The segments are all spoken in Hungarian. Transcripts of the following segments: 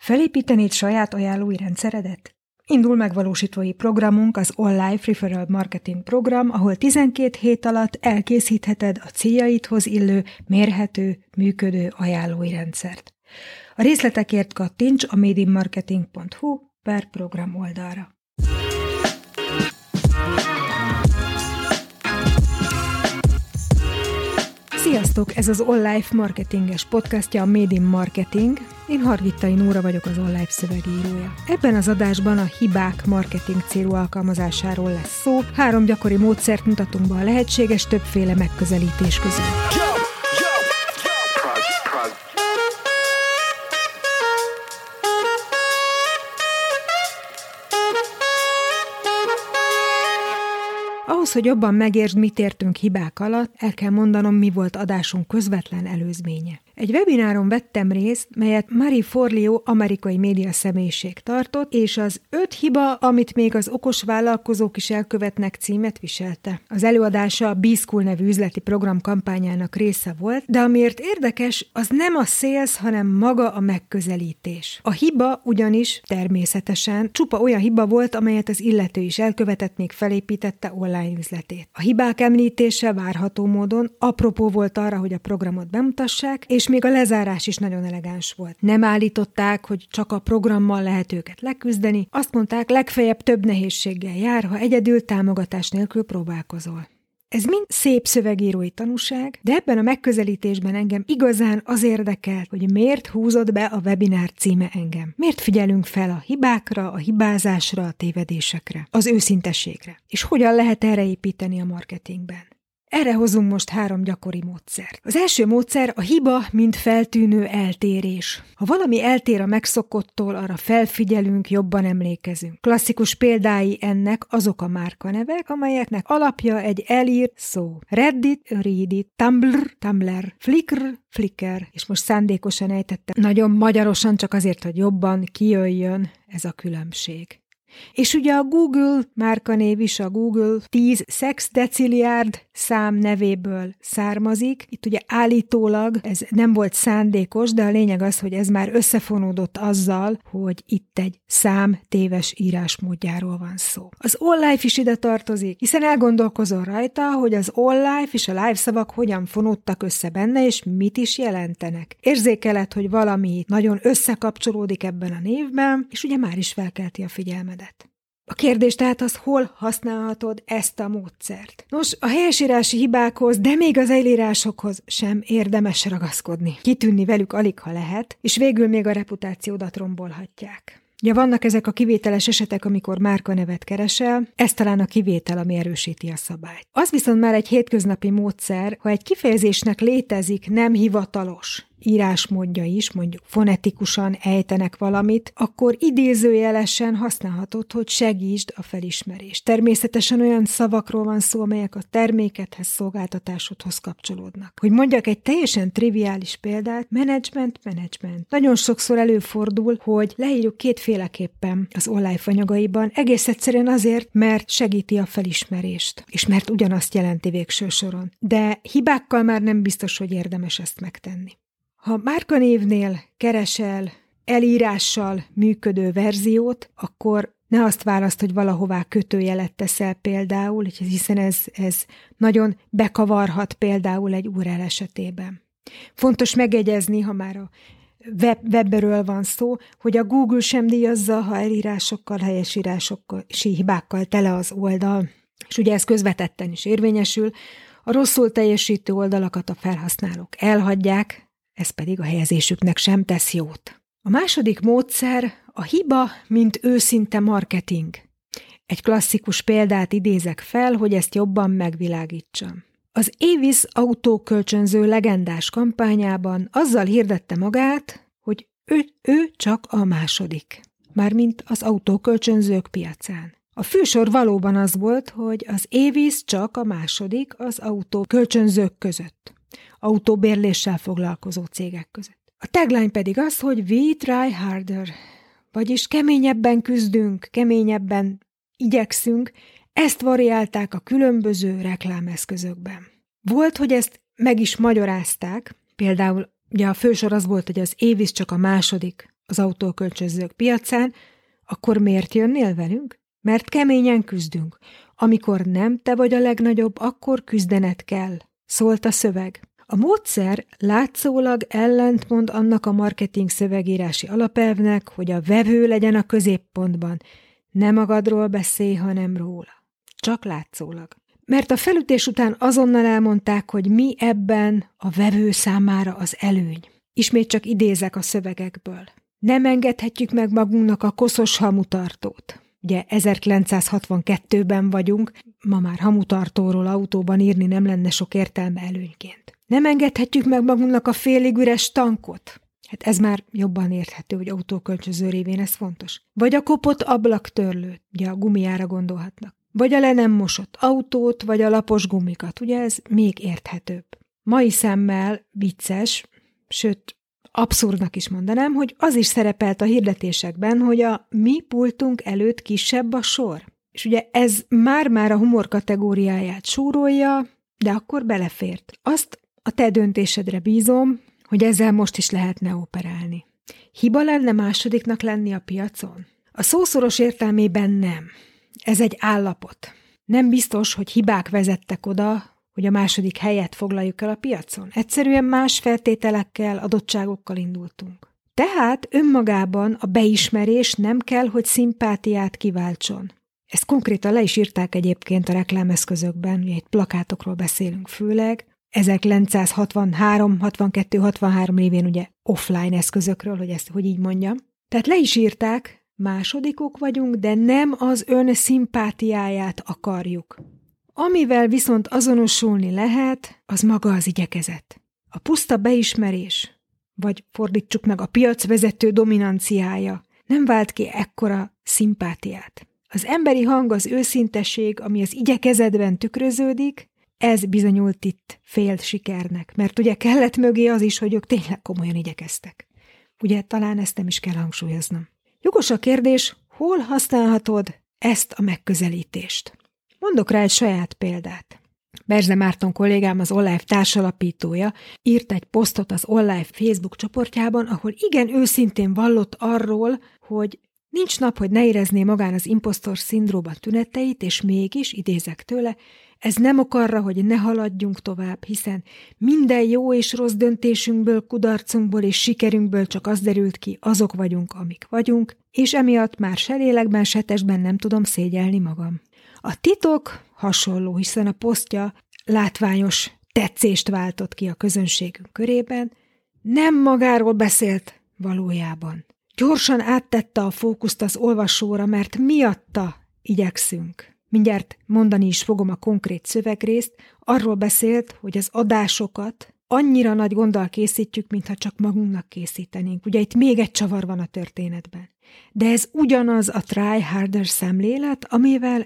Felépítenéd saját ajánlói rendszeredet? Indul megvalósítói programunk, az All Life Referral Marketing program, ahol 12 hét alatt elkészítheted a céljaidhoz illő, mérhető, működő ajánlói rendszert. A részletekért kattints a madeinmarketing.hu/program oldalra. Sziasztok! Ez az All Life marketinges podcastja, a Made in Marketing. Én Hargittai Nóra vagyok, az All Life szövegírója. Ebben az adásban a hibák marketing célú alkalmazásáról lesz szó. 3 gyakori módszert mutatunk be a lehetséges többféle megközelítés közül. Ahhoz, hogy jobban megértsd, mit értünk hibák alatt, el kell mondanom, mi volt adásunk közvetlen előzménye. Egy webináron vettem részt, melyet Marie Forleo amerikai média személyiség tartott, és az 5 hiba, amit még az okos vállalkozók is elkövetnek címet viselte. Az előadása a B-School nevű üzleti program kampányának része volt, de amiért érdekes, az nem a sales, hanem maga a megközelítés. A hiba ugyanis természetesen csupa olyan hiba volt, amelyet az illető is elkövetett, még felépítette online üzletét. A hibák említése várható módon apropó volt arra, hogy a programot bemutassák, és még a lezárás is nagyon elegáns volt. Nem állították, hogy csak a programmal lehet őket leküzdeni, azt mondták, legfeljebb több nehézséggel jár, ha egyedül támogatás nélkül próbálkozol. Ez mind szép szövegírói tanúság, de ebben a megközelítésben engem igazán az érdekel, hogy miért húzott be a webinár címe engem. Miért figyelünk fel a hibákra, a hibázásra, a tévedésekre, az őszintességre, és hogyan lehet erre építeni a marketingben. Erre hozunk most 3 gyakori módszert. Az első módszer a hiba, mint feltűnő eltérés. Ha valami eltér a megszokottól, arra felfigyelünk, jobban emlékezünk. Klasszikus példái ennek azok a márkanevek, amelyeknek alapja egy elírt szó. Reddit, Reddit, Tumblr, Flickr, és most szándékosan ejtettem nagyon magyarosan, csak azért, hogy jobban kijöjjön ez a különbség. És ugye a Google márkanév is, a Google 10 szexdeciliárd szám nevéből származik. Itt ugye állítólag ez nem volt szándékos, de a lényeg az, hogy ez már összefonódott azzal, hogy itt egy szám téves írásmódjáról van szó. Az All Life is ide tartozik, hiszen elgondolkozol rajta, hogy az All Life és a life szavak hogyan fonódtak össze benne, és mit is jelentenek. Érzékeled, hogy valami nagyon összekapcsolódik ebben a névben, és ugye már is felkelti a figyelmedet. A kérdés tehát az, hol használhatod ezt a módszert. Nos, a helyesírási hibákhoz, de még az elírásokhoz sem érdemes ragaszkodni. Kitűnni velük alig, ha lehet, és végül még a reputációdat rombolhatják. Ja, vannak ezek a kivételes esetek, amikor márkanevet keresel, ez talán a kivétel, ami erősíti a szabályt. Az viszont már egy hétköznapi módszer, ha egy kifejezésnek létezik nem hivatalos írásmódja is, mondjuk fonetikusan ejtenek valamit, akkor idézőjelesen használhatod, hogy segítsd a felismerést. Természetesen olyan szavakról van szó, amelyek a termékedhez, szolgáltatásodhoz kapcsolódnak. Hogy mondjak egy teljesen triviális példát, management. Nagyon sokszor előfordul, hogy leírjuk kétféleképpen az All Life anyagaiban, egész egyszerűen azért, mert segíti a felismerést, és mert ugyanazt jelenti végső soron. De hibákkal már nem biztos, hogy érdemes ezt megtenni. Ha márkanévnél keresel elírással működő verziót, akkor ne azt választ, hogy valahová kötőjelet teszel például, hiszen ez nagyon bekavarhat például egy URL esetében. Fontos megjegyezni, ha már a webről van szó, hogy a Google sem díjazza, ha elírásokkal, helyesírásokkal és hibákkal tele az oldal, és ugye ez közvetetten is érvényesül, a rosszul teljesítő oldalakat a felhasználók elhagyják, ez pedig a helyezésüknek sem tesz jót. A második módszer a hiba, mint őszinte marketing. Egy klasszikus példát idézek fel, hogy ezt jobban megvilágítsam. Az Avis autókölcsönző legendás kampányában azzal hirdette magát, hogy ő csak a második. Mármint az autókölcsönzők piacán. A fősor valóban az volt, hogy az Avis csak a második az autókölcsönzők között. Autóbérléssel foglalkozó cégek között. A tagline pedig az, hogy we try harder, vagyis keményebben küzdünk, keményebben igyekszünk, ezt variálták a különböző reklámeszközökben. Volt, hogy ezt meg is magyarázták, például ugye a fősor az volt, hogy az Avis csak a második az autókölcsönzők piacán, akkor miért jönnél velünk? Mert keményen küzdünk. Amikor nem te vagy a legnagyobb, akkor küzdened kell, szólt a szöveg. A módszer látszólag ellentmond annak a marketing szövegírási alapelvnek, hogy a vevő legyen a középpontban. Ne magadról beszélj, hanem róla. Csak látszólag. Mert a felütés után azonnal elmondták, hogy mi ebben a vevő számára az előny. Ismét csak idézek a szövegekből. Nem engedhetjük meg magunknak a koszos hamutartót. Ugye 1962-ben vagyunk, ma már hamutartóról autóban írni nem lenne sok értelme előnyként. Nem engedhetjük meg magunknak a félig üres tankot. Hát ez már jobban érthető, hogy autókölcsönző révén ez fontos. Vagy a kopott ablaktörlőt, ugye a gumiára gondolhatnak. Vagy a le nem mosott autót, vagy a lapos gumikat, ugye ez még érthetőbb. Mai szemmel vicces, sőt abszurdnak is mondanám, hogy az is szerepelt a hirdetésekben, hogy a mi pultunk előtt kisebb a sor. És ugye ez már-már a humor kategóriáját súrolja, de akkor belefért. Azt a te döntésedre bízom, hogy ezzel most is lehetne operálni. Hiba lenne másodiknak lenni a piacon? A szószoros értelmében nem. Ez egy állapot. Nem biztos, hogy hibák vezettek oda, hogy a második helyet foglaljuk el a piacon. Egyszerűen más feltételekkel, adottságokkal indultunk. Tehát önmagában a beismerés nem kell, hogy szimpátiát kiváltson. Ezt konkrétan le is írták egyébként a reklámeszközökben, ugye itt plakátokról beszélünk főleg, 1963, 62, 63 révén ugye offline eszközökről, hogy ezt hogy így mondjam. Tehát le is írták, másodikok vagyunk, de nem az ön szimpátiáját akarjuk. Amivel viszont azonosulni lehet, az maga az igyekezet. A puszta beismerés, vagy fordítsuk meg a piacvezető dominanciája nem vált ki ekkora szimpátiát. Az emberi hang, az őszintesség, ami az igyekezetben tükröződik, ez bizonyult itt fél sikernek, mert ugye kellett mögé az is, hogy ők tényleg komolyan igyekeztek. Ugye talán ezt nem is kell hangsúlyoznom. Jogos a kérdés, hol használhatod ezt a megközelítést? Mondok rá egy saját példát. Berzse Márton kollégám, az OnLive társalapítója írt egy posztot az OnLive Facebook csoportjában, ahol igen őszintén vallott arról, hogy nincs nap, hogy ne érezné magán az imposztor szindróma tüneteit, és mégis, idézek tőle, ez nem ok arra, hogy ne haladjunk tovább, hiszen minden jó és rossz döntésünkből, kudarcunkból és sikerünkből csak az derült ki, azok vagyunk, amik vagyunk, és emiatt már se lélekben, se testben nem tudom szégyelni magam. A titok hasonló, hiszen a posztja látványos tetszést váltott ki a közönségünk körében, nem magáról beszélt valójában. Gyorsan áttette a fókuszt az olvasóra, mert miatta igyekszünk. Mindjárt mondani is fogom a konkrét szövegrészt, arról beszélt, hogy az adásokat annyira nagy gonddal készítjük, mintha csak magunknak készítenénk. Ugye itt még egy csavar van a történetben. De ez ugyanaz a Try Harder szemlélet, amivel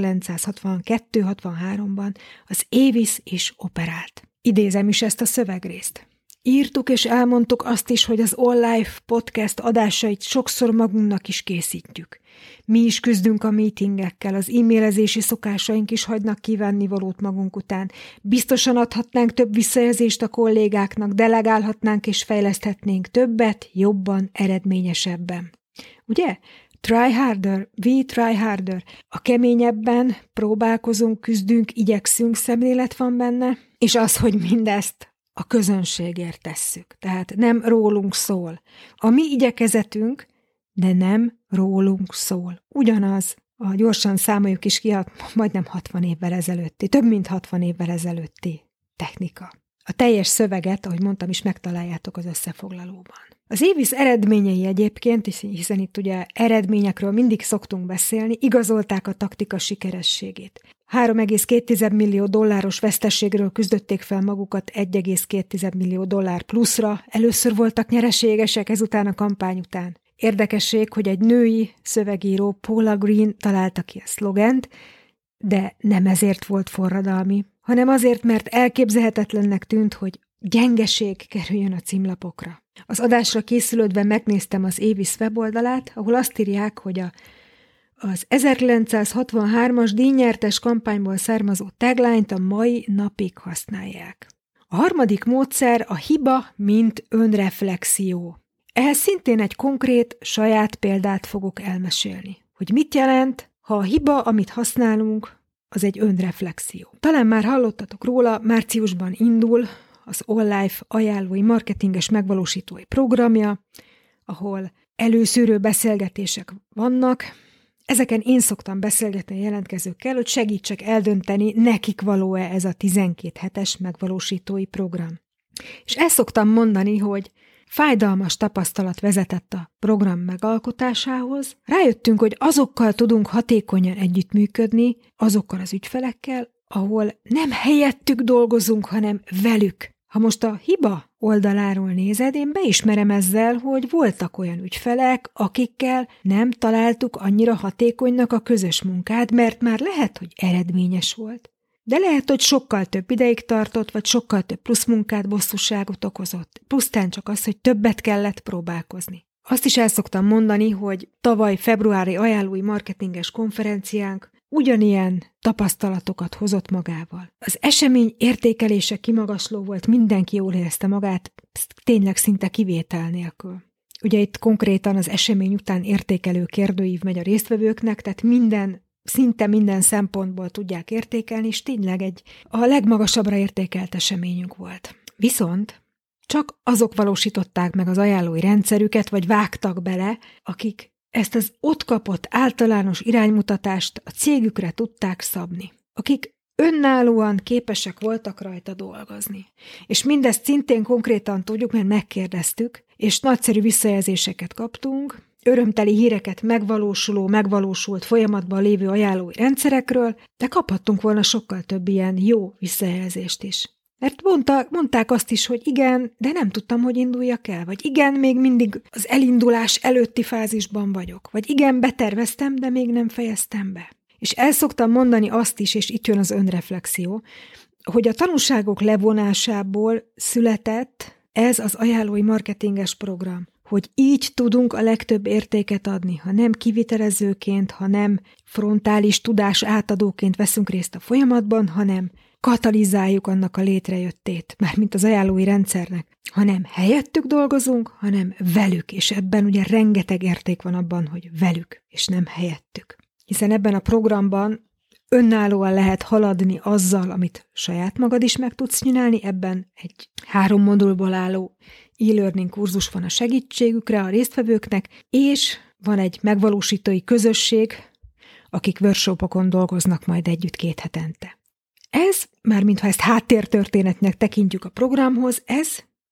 1962-63-ban az Avis is operált. Idézem is ezt a szövegrészt. Írtuk és elmondtuk azt is, hogy az OnLive podcast adásait sokszor magunknak is készítjük. Mi is küzdünk a meetingekkel, az e-mailezési szokásaink is hagynak kívánnivalót magunk után. Biztosan adhatnánk több visszajelzést a kollégáknak, delegálhatnánk és fejleszthetnénk többet, jobban, eredményesebben. Ugye? Try harder, we try harder. A keményebben próbálkozunk, küzdünk, igyekszünk szemlélet van benne, és az, hogy mindezt a közönségért tesszük. Tehát nem rólunk szól. A mi igyekezetünk, de nem rólunk szól. Ugyanaz, a gyorsan számoljuk is ki, majdnem 60 évvel ezelőtti, több mint 60 évvel ezelőtti technika. A teljes szöveget, ahogy mondtam is, megtaláljátok az összefoglalóban. Az Avis eredményei egyébként, hiszen itt ugye eredményekről mindig szoktunk beszélni, igazolták a taktika sikerességét. $3,2 millió veszteségről küzdötték fel magukat $1,2 millió pluszra. Először voltak nyereségesek ezután a kampány után. Érdekesség, hogy egy női szövegíró, Paula Green találta ki a szlogent, de nem ezért volt forradalmi, hanem azért, mert elképzelhetetlennek tűnt, hogy gyengeség kerüljön a címlapokra. Az adásra készülődve megnéztem az Avis weboldalát, ahol azt írják, hogy az 1963-as díjnyertes kampányból származó tagline-t a mai napig használják. A harmadik módszer a hiba, mint önreflexió. Ehhez szintén egy konkrét, saját példát fogok elmesélni. Hogy mit jelent, ha a hiba, amit használunk, az egy önreflexió. Talán már hallottatok róla, márciusban indul az All Life ajánlói marketinges megvalósítói programja, ahol előszűrő beszélgetések vannak. Ezeken én szoktam beszélgetni a jelentkezőkkel, hogy segítsek eldönteni, nekik való-e ez a 12 hetes megvalósítói program. És ezt szoktam mondani, hogy fájdalmas tapasztalat vezetett a program megalkotásához. Rájöttünk, hogy azokkal tudunk hatékonyan együttműködni, azokkal az ügyfelekkel, ahol nem helyettük dolgozunk, hanem velük. Ha most a hiba oldaláról nézed, én beismerem ezzel, hogy voltak olyan ügyfelek, akikkel nem találtuk annyira hatékonynak a közös munkát, mert már lehet, hogy eredményes volt. De lehet, hogy sokkal több ideig tartott, vagy sokkal több plusz munkát, bosszúságot okozott. Pusztán csak az, hogy többet kellett próbálkozni. Azt is el szoktam mondani, hogy tavaly februári ajánlói marketinges konferenciánk ugyanilyen tapasztalatokat hozott magával. Az esemény értékelése kimagasló volt, mindenki jól érezte magát, tényleg szinte kivétel nélkül. Ugye itt konkrétan az esemény után értékelő kérdőív megy a résztvevőknek, tehát szinte minden szempontból tudják értékelni, és tényleg a legmagasabbra értékelt eseményünk volt. Viszont csak azok valósították meg az ajánlói rendszerüket, vagy vágtak bele, akik ezt az ott kapott általános iránymutatást a cégükre tudták szabni. Akik önállóan képesek voltak rajta dolgozni. És mindezt szintén konkrétan tudjuk, mert megkérdeztük, és nagyszerű visszajelzéseket kaptunk, örömteli híreket megvalósult folyamatban lévő ajánlói rendszerekről, de kaphattunk volna sokkal több ilyen jó visszajelzést is. Mert mondták azt is, hogy igen, de nem tudtam, hogy induljak el, vagy igen, még mindig az elindulás előtti fázisban vagyok, vagy igen, beterveztem, de még nem fejeztem be. És el szoktam mondani azt is, és itt jön az önreflexió, hogy a tanulságok levonásából született ez az ajánlói marketinges program, hogy így tudunk a legtöbb értéket adni, ha nem kivitelezőként, ha nem frontális tudás átadóként veszünk részt a folyamatban, hanem katalizáljuk annak a létrejöttét, mármint az ajánlói rendszernek, hanem helyettük dolgozunk, hanem velük, és ebben ugye rengeteg érték van abban, hogy velük, és nem helyettük. Hiszen ebben a programban önállóan lehet haladni azzal, amit saját magad is meg tudsz csinálni, ebben egy 3 modulból álló e-learning kurzus van a segítségükre a résztvevőknek, és van egy megvalósítói közösség, akik workshopokon dolgoznak majd együtt 2 hetente. Ez, mármintha ezt háttértörténetnek tekintjük a programhoz, ez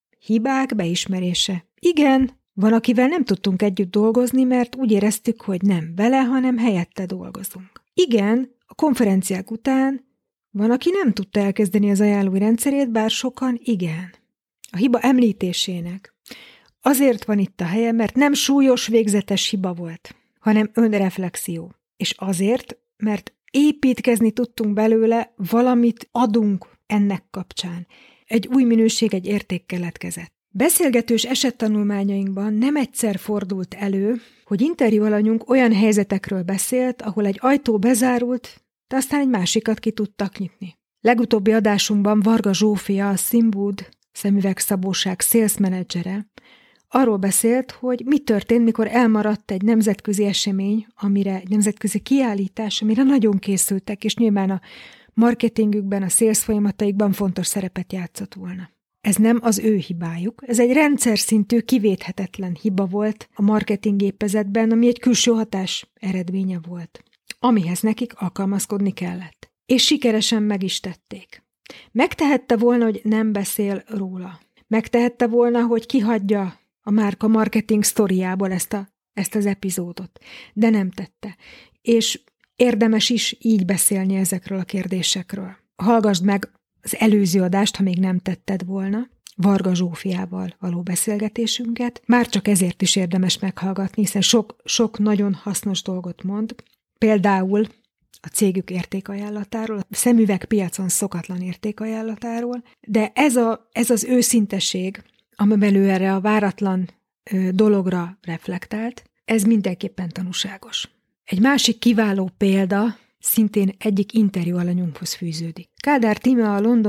hibák beismerése. Igen, van, akivel nem tudtunk együtt dolgozni, mert úgy éreztük, hogy nem vele, hanem helyette dolgozunk. Igen, a konferenciák után van, aki nem tudta elkezdeni az ajánlói rendszerét, bár sokan igen. A hiba említésének azért van itt a helye, mert nem súlyos, végzetes hiba volt, hanem önreflexió. És azért, mert építkezni tudtunk belőle, valamit adunk ennek kapcsán. Egy új minőség, egy érték keletkezett. Beszélgetős esettanulmányainkban nem egyszer fordult elő, hogy interjú alanyunk olyan helyzetekről beszélt, ahol egy ajtó bezárult, de aztán egy másikat ki tudtak nyitni. Legutóbbi adásunkban Varga Zsófia, a Simwood szemüvegszabóság sales menedzsere, arról beszélt, hogy mi történt, mikor elmaradt egy nemzetközi esemény, egy nemzetközi kiállítás, amire nagyon készültek, és nyilván a marketingükben, a sales folyamataikban fontos szerepet játszott volna. Ez nem az ő hibájuk, ez egy rendszer szintű, kivéthetetlen hiba volt a marketing gépezetben, ami egy külső hatás eredménye volt, amihez nekik alkalmazkodni kellett. És sikeresen meg is tették. Megtehette volna, hogy nem beszél róla. Megtehette volna, hogy kihagyja a márka marketing sztoriából ezt az epizódot, de nem tette. És érdemes is így beszélni ezekről a kérdésekről. Hallgasd meg az előző adást, ha még nem tetted volna, Varga Zsófiával való beszélgetésünket. Már csak ezért is érdemes meghallgatni, hiszen sok nagyon hasznos dolgot mond. Például a cégük értékajánlatáról, a szemüvegpiacon szokatlan értékajánlatáról, de ez az őszinteség, amivel ő erre a váratlan dologra reflektált, ez mindenképpen tanúságos. Egy másik kiváló példa szintén egyik interjú alanyunkhoz fűződik. Kádár Tíme, a londoni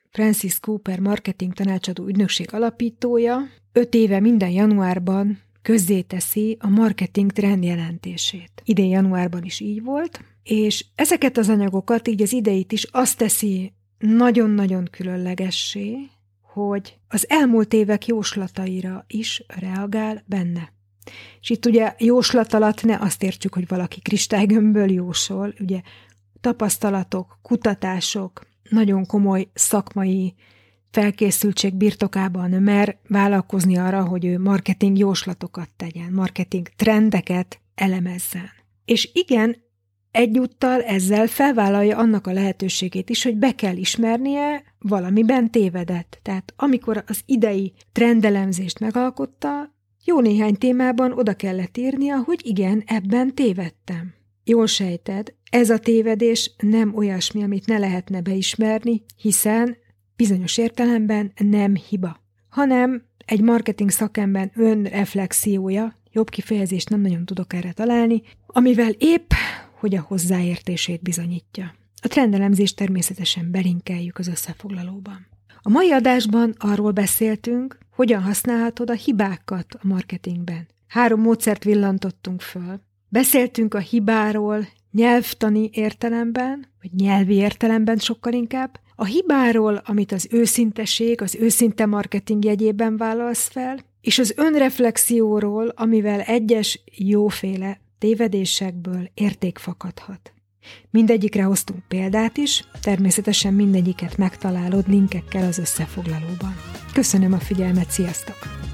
Francis Cooper marketing tanácsadó ügynökség alapítója 5 éve minden januárban közzéteszi a marketing trend jelentését. Idén januárban is így volt, és ezeket az anyagokat, így az ideit is azt teszi nagyon-nagyon különlegessé, hogy az elmúlt évek jóslataira is reagál benne. És itt ugye jóslat alatt ne azt értsük, hogy valaki kristálygömbből jósol, ugye tapasztalatok, kutatások, nagyon komoly szakmai felkészültség birtokában mer vállalkozni arra, hogy ő marketing jóslatokat tegyen, marketing trendeket elemezzen. És igen, egyúttal ezzel felvállalja annak a lehetőségét is, hogy be kell ismernie, valamiben tévedett. Tehát amikor az idei trendelemzést megalkotta, jó néhány témában oda kellett írnia, hogy igen, ebben tévedtem. Jól sejted, ez a tévedés nem olyasmi, amit ne lehetne beismerni, hiszen bizonyos értelemben nem hiba, hanem egy marketing szakember önreflexiója, jobb kifejezést nem nagyon tudok erre találni, amivel épp, hogy a hozzáértését bizonyítja. A trendelemzést természetesen belinkeljük az összefoglalóban. A mai adásban arról beszéltünk, hogyan használhatod a hibákat a marketingben. 3 módszert villantottunk föl. Beszéltünk a hibáról nyelvtani értelemben, vagy nyelvi értelemben sokkal inkább, a hibáról, amit az őszinteség, az őszinte marketing jegyében vállalsz fel, és az önreflexióról, amivel egyes jóféle tévedésekből érték fakadhat. Mindegyikre hoztunk példát is, természetesen mindegyiket megtalálod linkekkel az összefoglalóban. Köszönöm a figyelmet, sziasztok!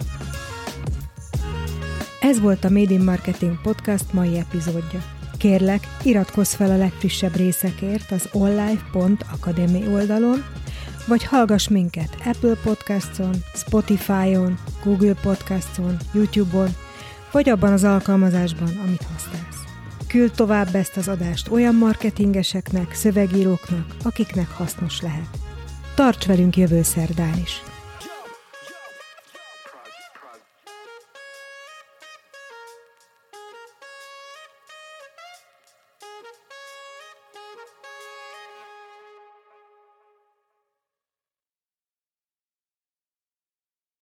Ez volt a Made in Marketing Podcast mai epizódja. Kérlek, iratkozz fel a legfrissebb részekért az alllife.academy oldalon, vagy hallgass minket Apple Podcaston, Spotify-on, Google Podcaston, YouTube-on, vagy abban az alkalmazásban, amit használsz. Küld tovább ezt az adást olyan marketingeseknek, szövegíróknak, akiknek hasznos lehet. Tarts velünk jövő szerdán is!